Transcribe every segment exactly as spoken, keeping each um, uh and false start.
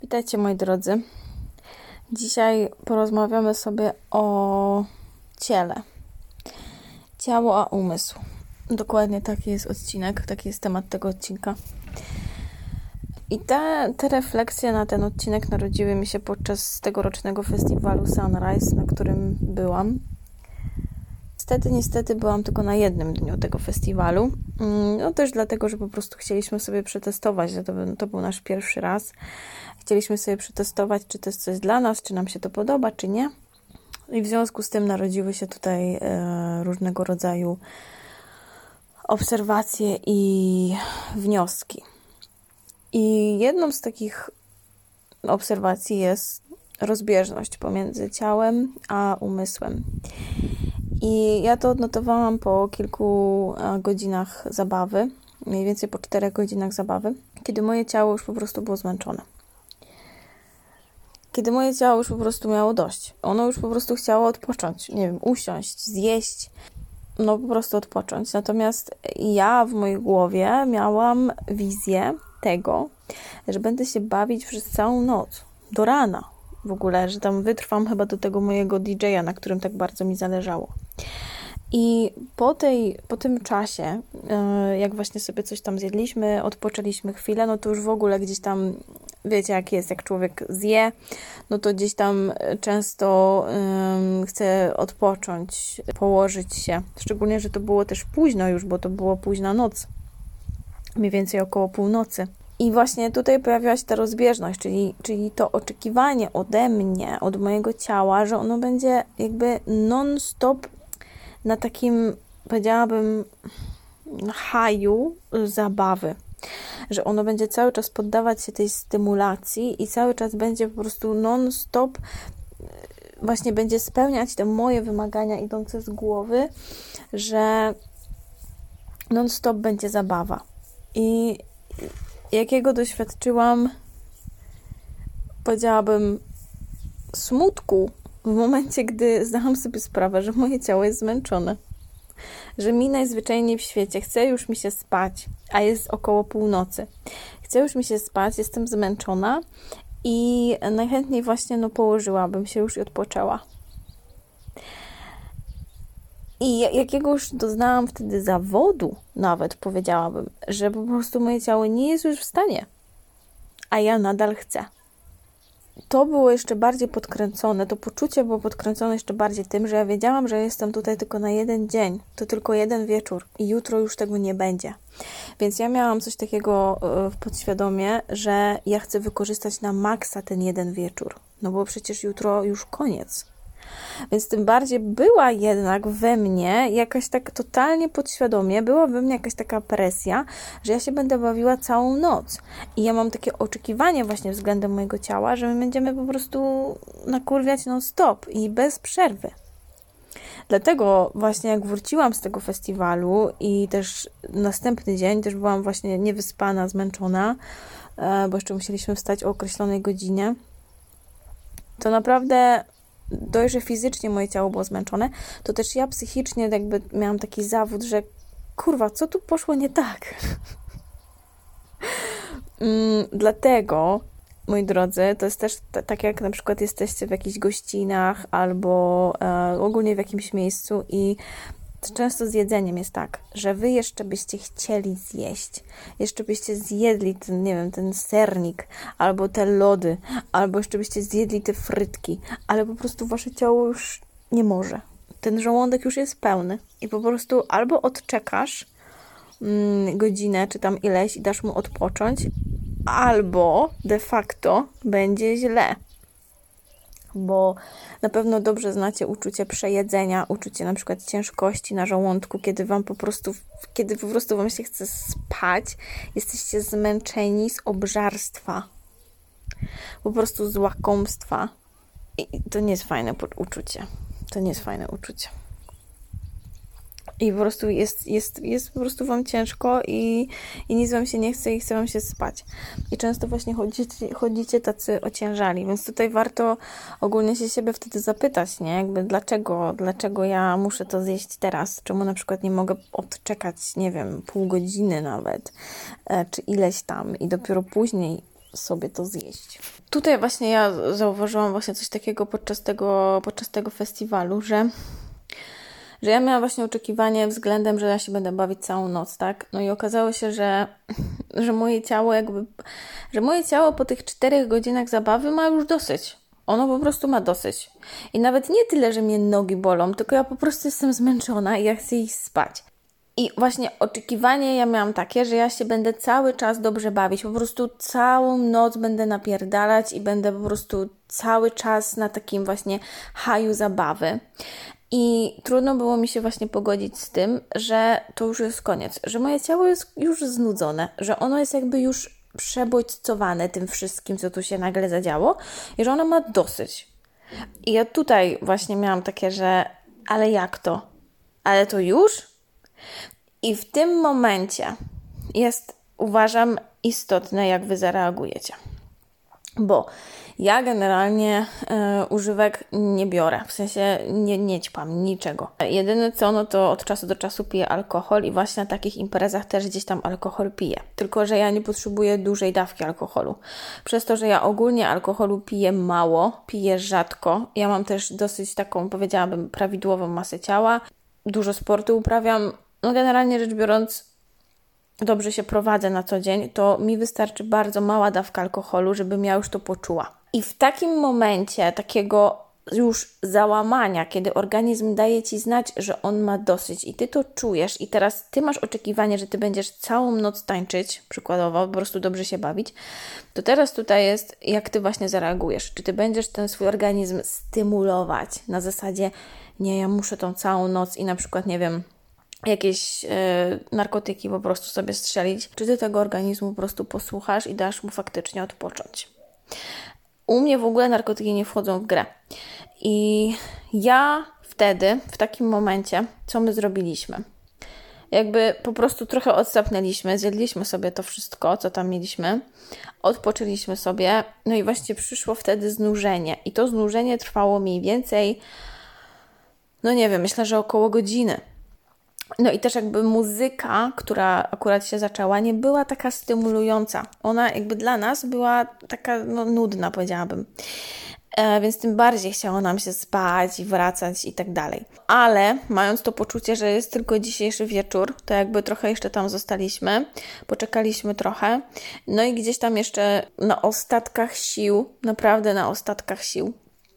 Witajcie moi drodzy. Dzisiaj porozmawiamy sobie o ciele. Ciało a umysł. Dokładnie taki jest odcinek, taki jest temat tego odcinka. I te, te refleksje na ten odcinek narodziły mi się podczas tegorocznego festiwalu Sunrise, na którym byłam. Niestety, niestety byłam tylko na jednym dniu tego festiwalu. No też dlatego, że po prostu chcieliśmy sobie przetestować, że to był, to był nasz pierwszy raz. Chcieliśmy sobie przetestować, czy to jest coś dla nas, czy nam się to podoba, czy nie. I w związku z tym narodziły się tutaj e, różnego rodzaju obserwacje i wnioski. I jedną z takich obserwacji jest rozbieżność pomiędzy ciałem a umysłem. I ja to odnotowałam po kilku godzinach zabawy, mniej więcej po czterech godzinach zabawy, kiedy moje ciało już po prostu było zmęczone. Kiedy moje ciało już po prostu miało dość. Ono już po prostu chciało odpocząć, nie wiem, usiąść, zjeść, no po prostu odpocząć. Natomiast ja w mojej głowie miałam wizję tego, że będę się bawić przez całą noc, do rana w ogóle, że tam wytrwam chyba do tego mojego D J a, na którym tak bardzo mi zależało. I po, tej, po tym czasie, jak właśnie sobie coś tam zjedliśmy, odpoczęliśmy chwilę, no to już w ogóle gdzieś tam, wiecie jak jest, jak człowiek zje, no to gdzieś tam często um, chce odpocząć, położyć się. Szczególnie, że to było też późno już, bo to było późna noc, mniej więcej około północy. I właśnie tutaj pojawiła się ta rozbieżność, czyli, czyli to oczekiwanie ode mnie, od mojego ciała, że ono będzie jakby non-stop na takim, powiedziałabym, haju zabawy. Że ono będzie cały czas poddawać się tej stymulacji i cały czas będzie po prostu non-stop właśnie będzie spełniać te moje wymagania idące z głowy, że non-stop będzie zabawa. I jakiego doświadczyłam, powiedziałabym, smutku w momencie, gdy zdałam sobie sprawę, że moje ciało jest zmęczone. Że mi najzwyczajniej w świecie chce już mi się spać, a jest około północy. Chce już mi się spać, jestem zmęczona i najchętniej właśnie no, położyłabym się już i odpoczęła. I jakiegoś doznałam wtedy zawodu, nawet powiedziałabym, że po prostu moje ciało nie jest już w stanie, a ja nadal chcę. To było jeszcze bardziej podkręcone, to poczucie było podkręcone jeszcze bardziej tym, że ja wiedziałam, że jestem tutaj tylko na jeden dzień, to tylko jeden wieczór i jutro już tego nie będzie. Więc ja miałam coś takiego w podświadomie, że ja chcę wykorzystać na maksa ten jeden wieczór, no bo przecież jutro już koniec. Więc tym bardziej była jednak we mnie jakaś tak totalnie podświadomie, była we mnie jakaś taka presja, że ja się będę bawiła całą noc. I ja mam takie oczekiwanie właśnie względem mojego ciała, że my będziemy po prostu nakurwiać non stop i bez przerwy. Dlatego właśnie jak wróciłam z tego festiwalu i też następny dzień też byłam właśnie niewyspana, zmęczona, bo jeszcze musieliśmy wstać o określonej godzinie, to naprawdę dość, że fizycznie moje ciało było zmęczone, to też ja psychicznie jakby miałam taki zawód, że kurwa, co tu poszło nie tak? mm, dlatego, moi drodzy, to jest też t- tak jak na przykład jesteście w jakichś gościnach albo e, ogólnie w jakimś miejscu i często z jedzeniem jest tak, że wy jeszcze byście chcieli zjeść, jeszcze byście zjedli ten, nie wiem, ten sernik, albo te lody, albo jeszcze byście zjedli te frytki, ale po prostu wasze ciało już nie może. Ten żołądek już jest pełny i po prostu albo odczekasz mm, godzinę, czy tam ileś i dasz mu odpocząć, albo de facto będzie źle. Bo na pewno dobrze znacie uczucie przejedzenia, uczucie na przykład ciężkości na żołądku, kiedy wam po prostu, kiedy po prostu wam się chce spać, jesteście zmęczeni z obżarstwa, po prostu z łakomstwa. I to nie jest fajne uczucie. To nie jest fajne uczucie. I po prostu jest, jest, jest po prostu wam ciężko i, i nic wam się nie chce i chce wam się spać. I często właśnie chodzicie, chodzicie tacy ociężali, więc tutaj warto ogólnie się siebie wtedy zapytać, nie? Jakby dlaczego, dlaczego ja muszę to zjeść teraz? Czemu na przykład nie mogę odczekać, nie wiem, pół godziny nawet, czy ileś tam i dopiero później sobie to zjeść. Tutaj właśnie ja zauważyłam właśnie coś takiego podczas tego, podczas tego festiwalu, że że ja miałam właśnie oczekiwanie względem, że ja się będę bawić całą noc, tak? No i okazało się, że, że moje ciało jakby, że moje ciało po tych czterech godzinach zabawy ma już dosyć. Ono po prostu ma dosyć. I nawet nie tyle, że mnie nogi bolą, tylko ja po prostu jestem zmęczona i ja chcę iść spać. I właśnie oczekiwanie ja miałam takie, że ja się będę cały czas dobrze bawić. Po prostu całą noc będę napierdalać i będę po prostu cały czas na takim właśnie haju zabawy. I trudno było mi się właśnie pogodzić z tym, że to już jest koniec, że moje ciało jest już znudzone, że ono jest jakby już przebodźcowane tym wszystkim, co tu się nagle zadziało i że ono ma dosyć. I ja tutaj właśnie miałam takie, że ale jak to? Ale to już? I w tym momencie jest, uważam, istotne, jak Wy zareagujecie. Bo ja generalnie y, używek nie biorę, w sensie nie, nie ćpam niczego. Jedyne co, no to od czasu do czasu piję alkohol i właśnie na takich imprezach też gdzieś tam alkohol piję. Tylko że ja nie potrzebuję dużej dawki alkoholu. Przez to, że ja ogólnie alkoholu piję mało, piję rzadko. Ja mam też dosyć taką, powiedziałabym, prawidłową masę ciała. Dużo sportu uprawiam. No generalnie rzecz biorąc, dobrze się prowadzę na co dzień, to mi wystarczy bardzo mała dawka alkoholu, żebym ja już to poczuła. I w takim momencie takiego już załamania, kiedy organizm daje Ci znać, że on ma dosyć i Ty to czujesz i teraz Ty masz oczekiwanie, że Ty będziesz całą noc tańczyć, przykładowo, po prostu dobrze się bawić, to teraz tutaj jest, jak Ty właśnie zareagujesz. Czy Ty będziesz ten swój organizm stymulować na zasadzie, nie, ja muszę tą całą noc i na przykład, nie wiem, jakieś e, narkotyki po prostu sobie strzelić, czy Ty tego organizmu po prostu posłuchasz i dasz mu faktycznie odpocząć. U mnie w ogóle narkotyki nie wchodzą w grę. I ja wtedy, w takim momencie, co my zrobiliśmy? Jakby po prostu trochę odsapnęliśmy, zjedliśmy sobie to wszystko, co tam mieliśmy, odpoczęliśmy sobie, no i właśnie przyszło wtedy znużenie. I to znużenie trwało mniej więcej, no nie wiem, myślę, że około godziny. No i też jakby muzyka, która akurat się zaczęła, nie była taka stymulująca. Ona jakby dla nas była taka no, nudna, powiedziałabym. E, więc tym bardziej chciało nam się spać i wracać i tak dalej. Ale mając to poczucie, że jest tylko dzisiejszy wieczór, to jakby trochę jeszcze tam zostaliśmy, poczekaliśmy trochę. No i gdzieś tam jeszcze na ostatkach sił, naprawdę na ostatkach sił,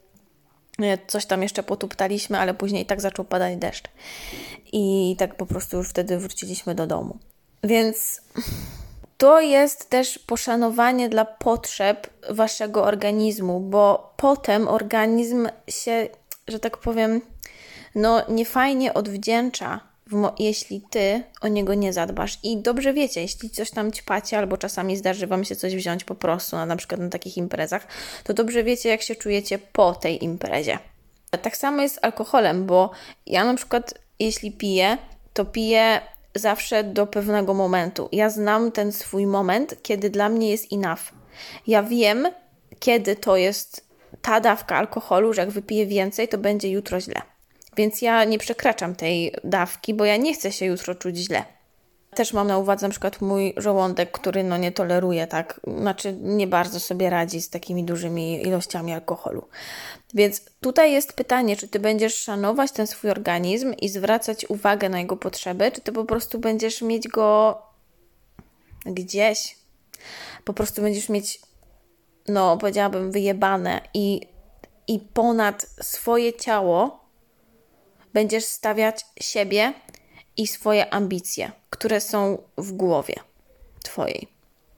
coś tam jeszcze potuptaliśmy, ale później tak zaczął padać deszcz. I tak po prostu już wtedy wróciliśmy do domu. Więc to jest też poszanowanie dla potrzeb Waszego organizmu, bo potem organizm się, że tak powiem, no niefajnie odwdzięcza, jeśli Ty o niego nie zadbasz. I dobrze wiecie, jeśli coś tam ćpacie, albo czasami zdarzy Wam się coś wziąć po prostu, na, na przykład na takich imprezach, to dobrze wiecie, jak się czujecie po tej imprezie. Tak samo jest z alkoholem, bo ja na przykład, jeśli piję, to piję zawsze do pewnego momentu. Ja znam ten swój moment, kiedy dla mnie jest enough. Ja wiem, kiedy to jest ta dawka alkoholu, że jak wypiję więcej, to będzie jutro źle. Więc ja nie przekraczam tej dawki, bo ja nie chcę się jutro czuć źle. Też mam na uwadze na przykład mój żołądek, który no nie toleruje tak, znaczy nie bardzo sobie radzi z takimi dużymi ilościami alkoholu. Więc tutaj jest pytanie, czy Ty będziesz szanować ten swój organizm i zwracać uwagę na jego potrzeby, czy Ty po prostu będziesz mieć go gdzieś, po prostu będziesz mieć, no powiedziałabym, wyjebane i, i ponad swoje ciało będziesz stawiać siebie i swoje ambicje, które są w głowie Twojej.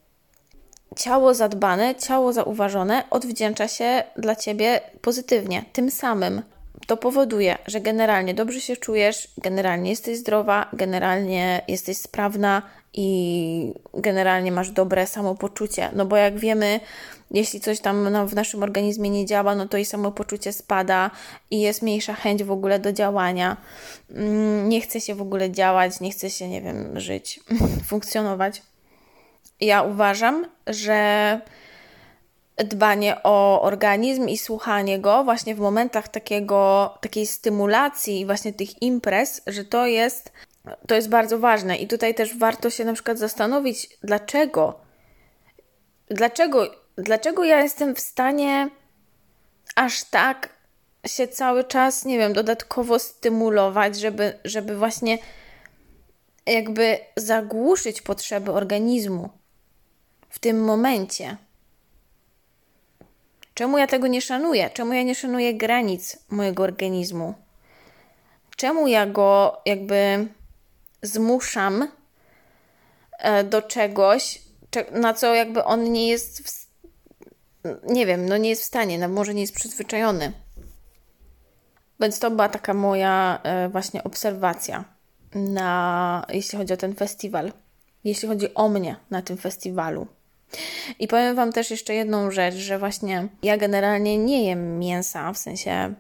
Ciało zadbane, ciało zauważone odwdzięcza się dla Ciebie pozytywnie. Tym samym to powoduje, że generalnie dobrze się czujesz, generalnie jesteś zdrowa, generalnie jesteś sprawna i generalnie masz dobre samopoczucie. No bo jak wiemy, jeśli coś tam w naszym organizmie nie działa, no to i samopoczucie spada i jest mniejsza chęć w ogóle do działania. Nie chce się w ogóle działać, nie chce się, nie wiem, żyć, funkcjonować. Ja uważam, że dbanie o organizm i słuchanie go właśnie w momentach takiego, takiej stymulacji i właśnie tych imprez, że to jest, to jest bardzo ważne. I tutaj też warto się na przykład zastanowić, dlaczego dlaczego, dlaczego ja jestem w stanie aż tak się cały czas, nie wiem, dodatkowo stymulować, żeby, żeby właśnie jakby zagłuszyć potrzeby organizmu w tym momencie. Czemu ja tego nie szanuję? Czemu ja nie szanuję granic mojego organizmu? Czemu ja go jakby zmuszam do czegoś, na co jakby on nie jest, w, nie wiem, no nie jest w stanie, no może nie jest przyzwyczajony. Więc to była taka moja właśnie obserwacja, na, jeśli chodzi o ten festiwal. Jeśli chodzi o mnie na tym festiwalu. I powiem Wam też jeszcze jedną rzecz, że właśnie ja generalnie nie jem mięsa, w sensie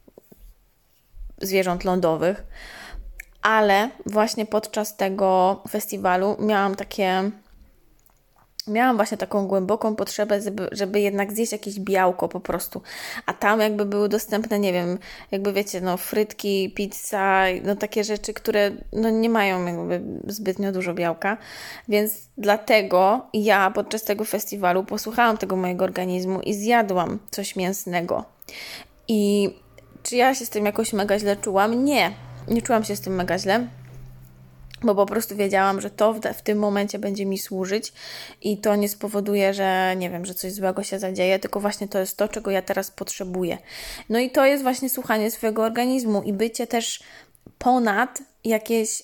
zwierząt lądowych, ale właśnie podczas tego festiwalu miałam takie, miałam właśnie taką głęboką potrzebę, żeby, żeby jednak zjeść jakieś białko po prostu. A tam jakby były dostępne, nie wiem, jakby wiecie, no frytki, pizza, no takie rzeczy, które no nie mają jakby zbytnio dużo białka. Więc dlatego ja podczas tego festiwalu posłuchałam tego mojego organizmu i zjadłam coś mięsnego. I czy ja się z tym jakoś mega źle czułam? Nie. Nie czułam się z tym mega źle, bo po prostu wiedziałam, że to w, w tym momencie będzie mi służyć i to nie spowoduje, że nie wiem, że coś złego się zadzieje, tylko właśnie to jest to, czego ja teraz potrzebuję. No i to jest właśnie słuchanie swojego organizmu i bycie też ponad jakieś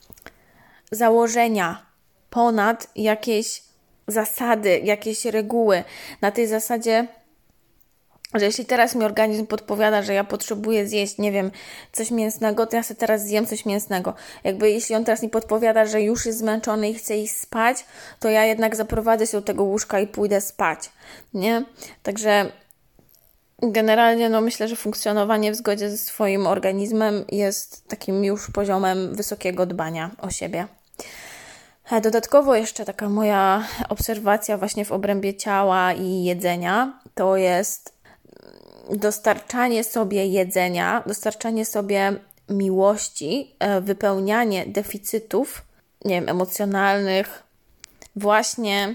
założenia, ponad jakieś zasady, jakieś reguły. Na tej zasadzie, że jeśli teraz mi organizm podpowiada, że ja potrzebuję zjeść, nie wiem, coś mięsnego, to ja sobie teraz zjem coś mięsnego. Jakby jeśli on teraz mi podpowiada, że już jest zmęczony i chce iść spać, to ja jednak zaprowadzę się do tego łóżka i pójdę spać, nie? Także generalnie no myślę, że funkcjonowanie w zgodzie ze swoim organizmem jest takim już poziomem wysokiego dbania o siebie. Dodatkowo jeszcze taka moja obserwacja właśnie w obrębie ciała i jedzenia, to jest dostarczanie sobie jedzenia, dostarczanie sobie miłości, wypełnianie deficytów, nie wiem, emocjonalnych właśnie,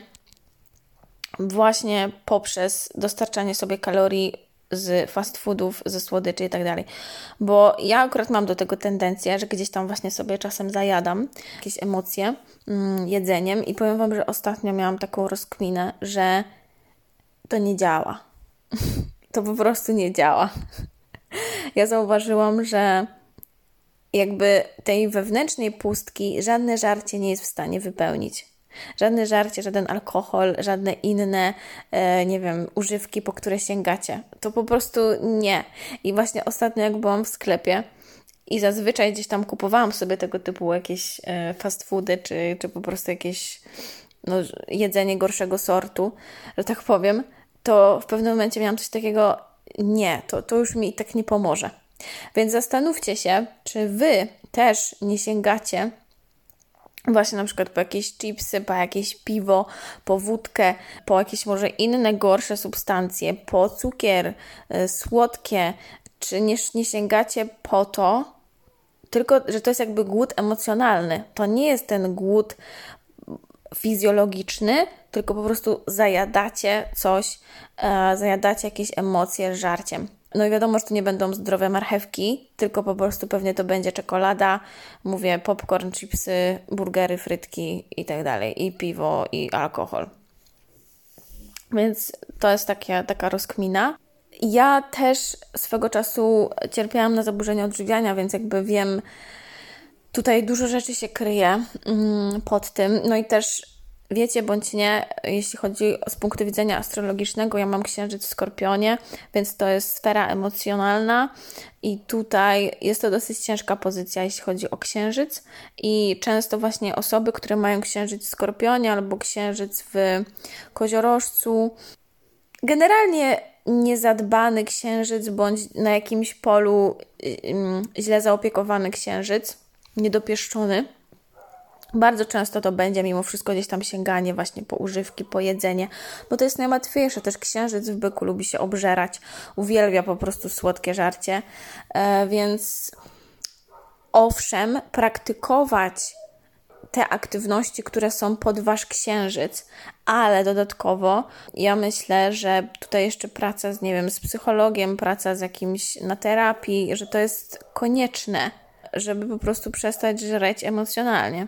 właśnie poprzez dostarczanie sobie kalorii z fast foodów, ze słodyczy i tak dalej. Bo ja akurat mam do tego tendencję, że gdzieś tam właśnie sobie czasem zajadam jakieś emocje mm, jedzeniem i powiem Wam, że ostatnio miałam taką rozkminę, że to nie działa. To po prostu nie działa. Ja zauważyłam, że jakby tej wewnętrznej pustki żadne żarcie nie jest w stanie wypełnić. Żadne żarcie, żaden alkohol, żadne inne, e, nie wiem, używki, po które sięgacie. To po prostu nie. I właśnie ostatnio jak byłam w sklepie i zazwyczaj gdzieś tam kupowałam sobie tego typu jakieś e, fast foody, czy, czy po prostu jakieś no, jedzenie gorszego sortu, że tak powiem, to w pewnym momencie miałam coś takiego, nie, to, to już mi tak nie pomoże. Więc zastanówcie się, czy Wy też nie sięgacie właśnie na przykład po jakieś chipsy, po jakieś piwo, po wódkę, po jakieś może inne gorsze substancje, po cukier, y, słodkie, czy nie, nie sięgacie po to, tylko że to jest jakby głód emocjonalny. To nie jest ten głód fizjologiczny, tylko po prostu zajadacie coś, e, zajadacie jakieś emocje żarciem. No i wiadomo, że to nie będą zdrowe marchewki, tylko po prostu pewnie to będzie czekolada, mówię popcorn, chipsy, burgery, frytki i tak dalej, i piwo, i alkohol. Więc to jest taka, taka rozkmina. Ja też swego czasu cierpiałam na zaburzenia odżywiania, więc jakby wiem, tutaj dużo rzeczy się kryje mm, pod tym. No i też wiecie bądź nie, jeśli chodzi z punktu widzenia astrologicznego, ja mam księżyc w Skorpionie, więc to jest sfera emocjonalna i tutaj jest to dosyć ciężka pozycja, jeśli chodzi o księżyc i często właśnie osoby, które mają księżyc w Skorpionie albo księżyc w Koziorożcu, generalnie niezadbany księżyc bądź na jakimś polu yy, źle zaopiekowany księżyc, niedopieszczony, bardzo często to będzie mimo wszystko gdzieś tam sięganie właśnie po używki, po jedzenie, bo to jest najłatwiejsze. Też księżyc w byku lubi się obżerać, uwielbia po prostu słodkie żarcie, e, więc owszem, praktykować te aktywności, które są pod Wasz księżyc, ale dodatkowo ja myślę, że tutaj jeszcze praca z, nie wiem, z psychologiem, praca z jakimś na terapii, że to jest konieczne, żeby po prostu przestać żreć emocjonalnie.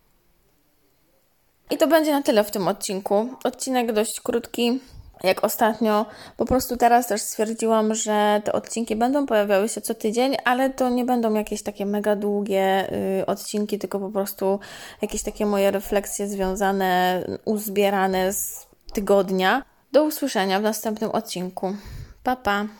I to będzie na tyle w tym odcinku. Odcinek dość krótki, jak ostatnio. Po prostu teraz też stwierdziłam, że te odcinki będą pojawiały się co tydzień, ale to nie będą jakieś takie mega długie y, odcinki, tylko po prostu jakieś takie moje refleksje związane, uzbierane z tygodnia. Do usłyszenia w następnym odcinku. Pa, pa!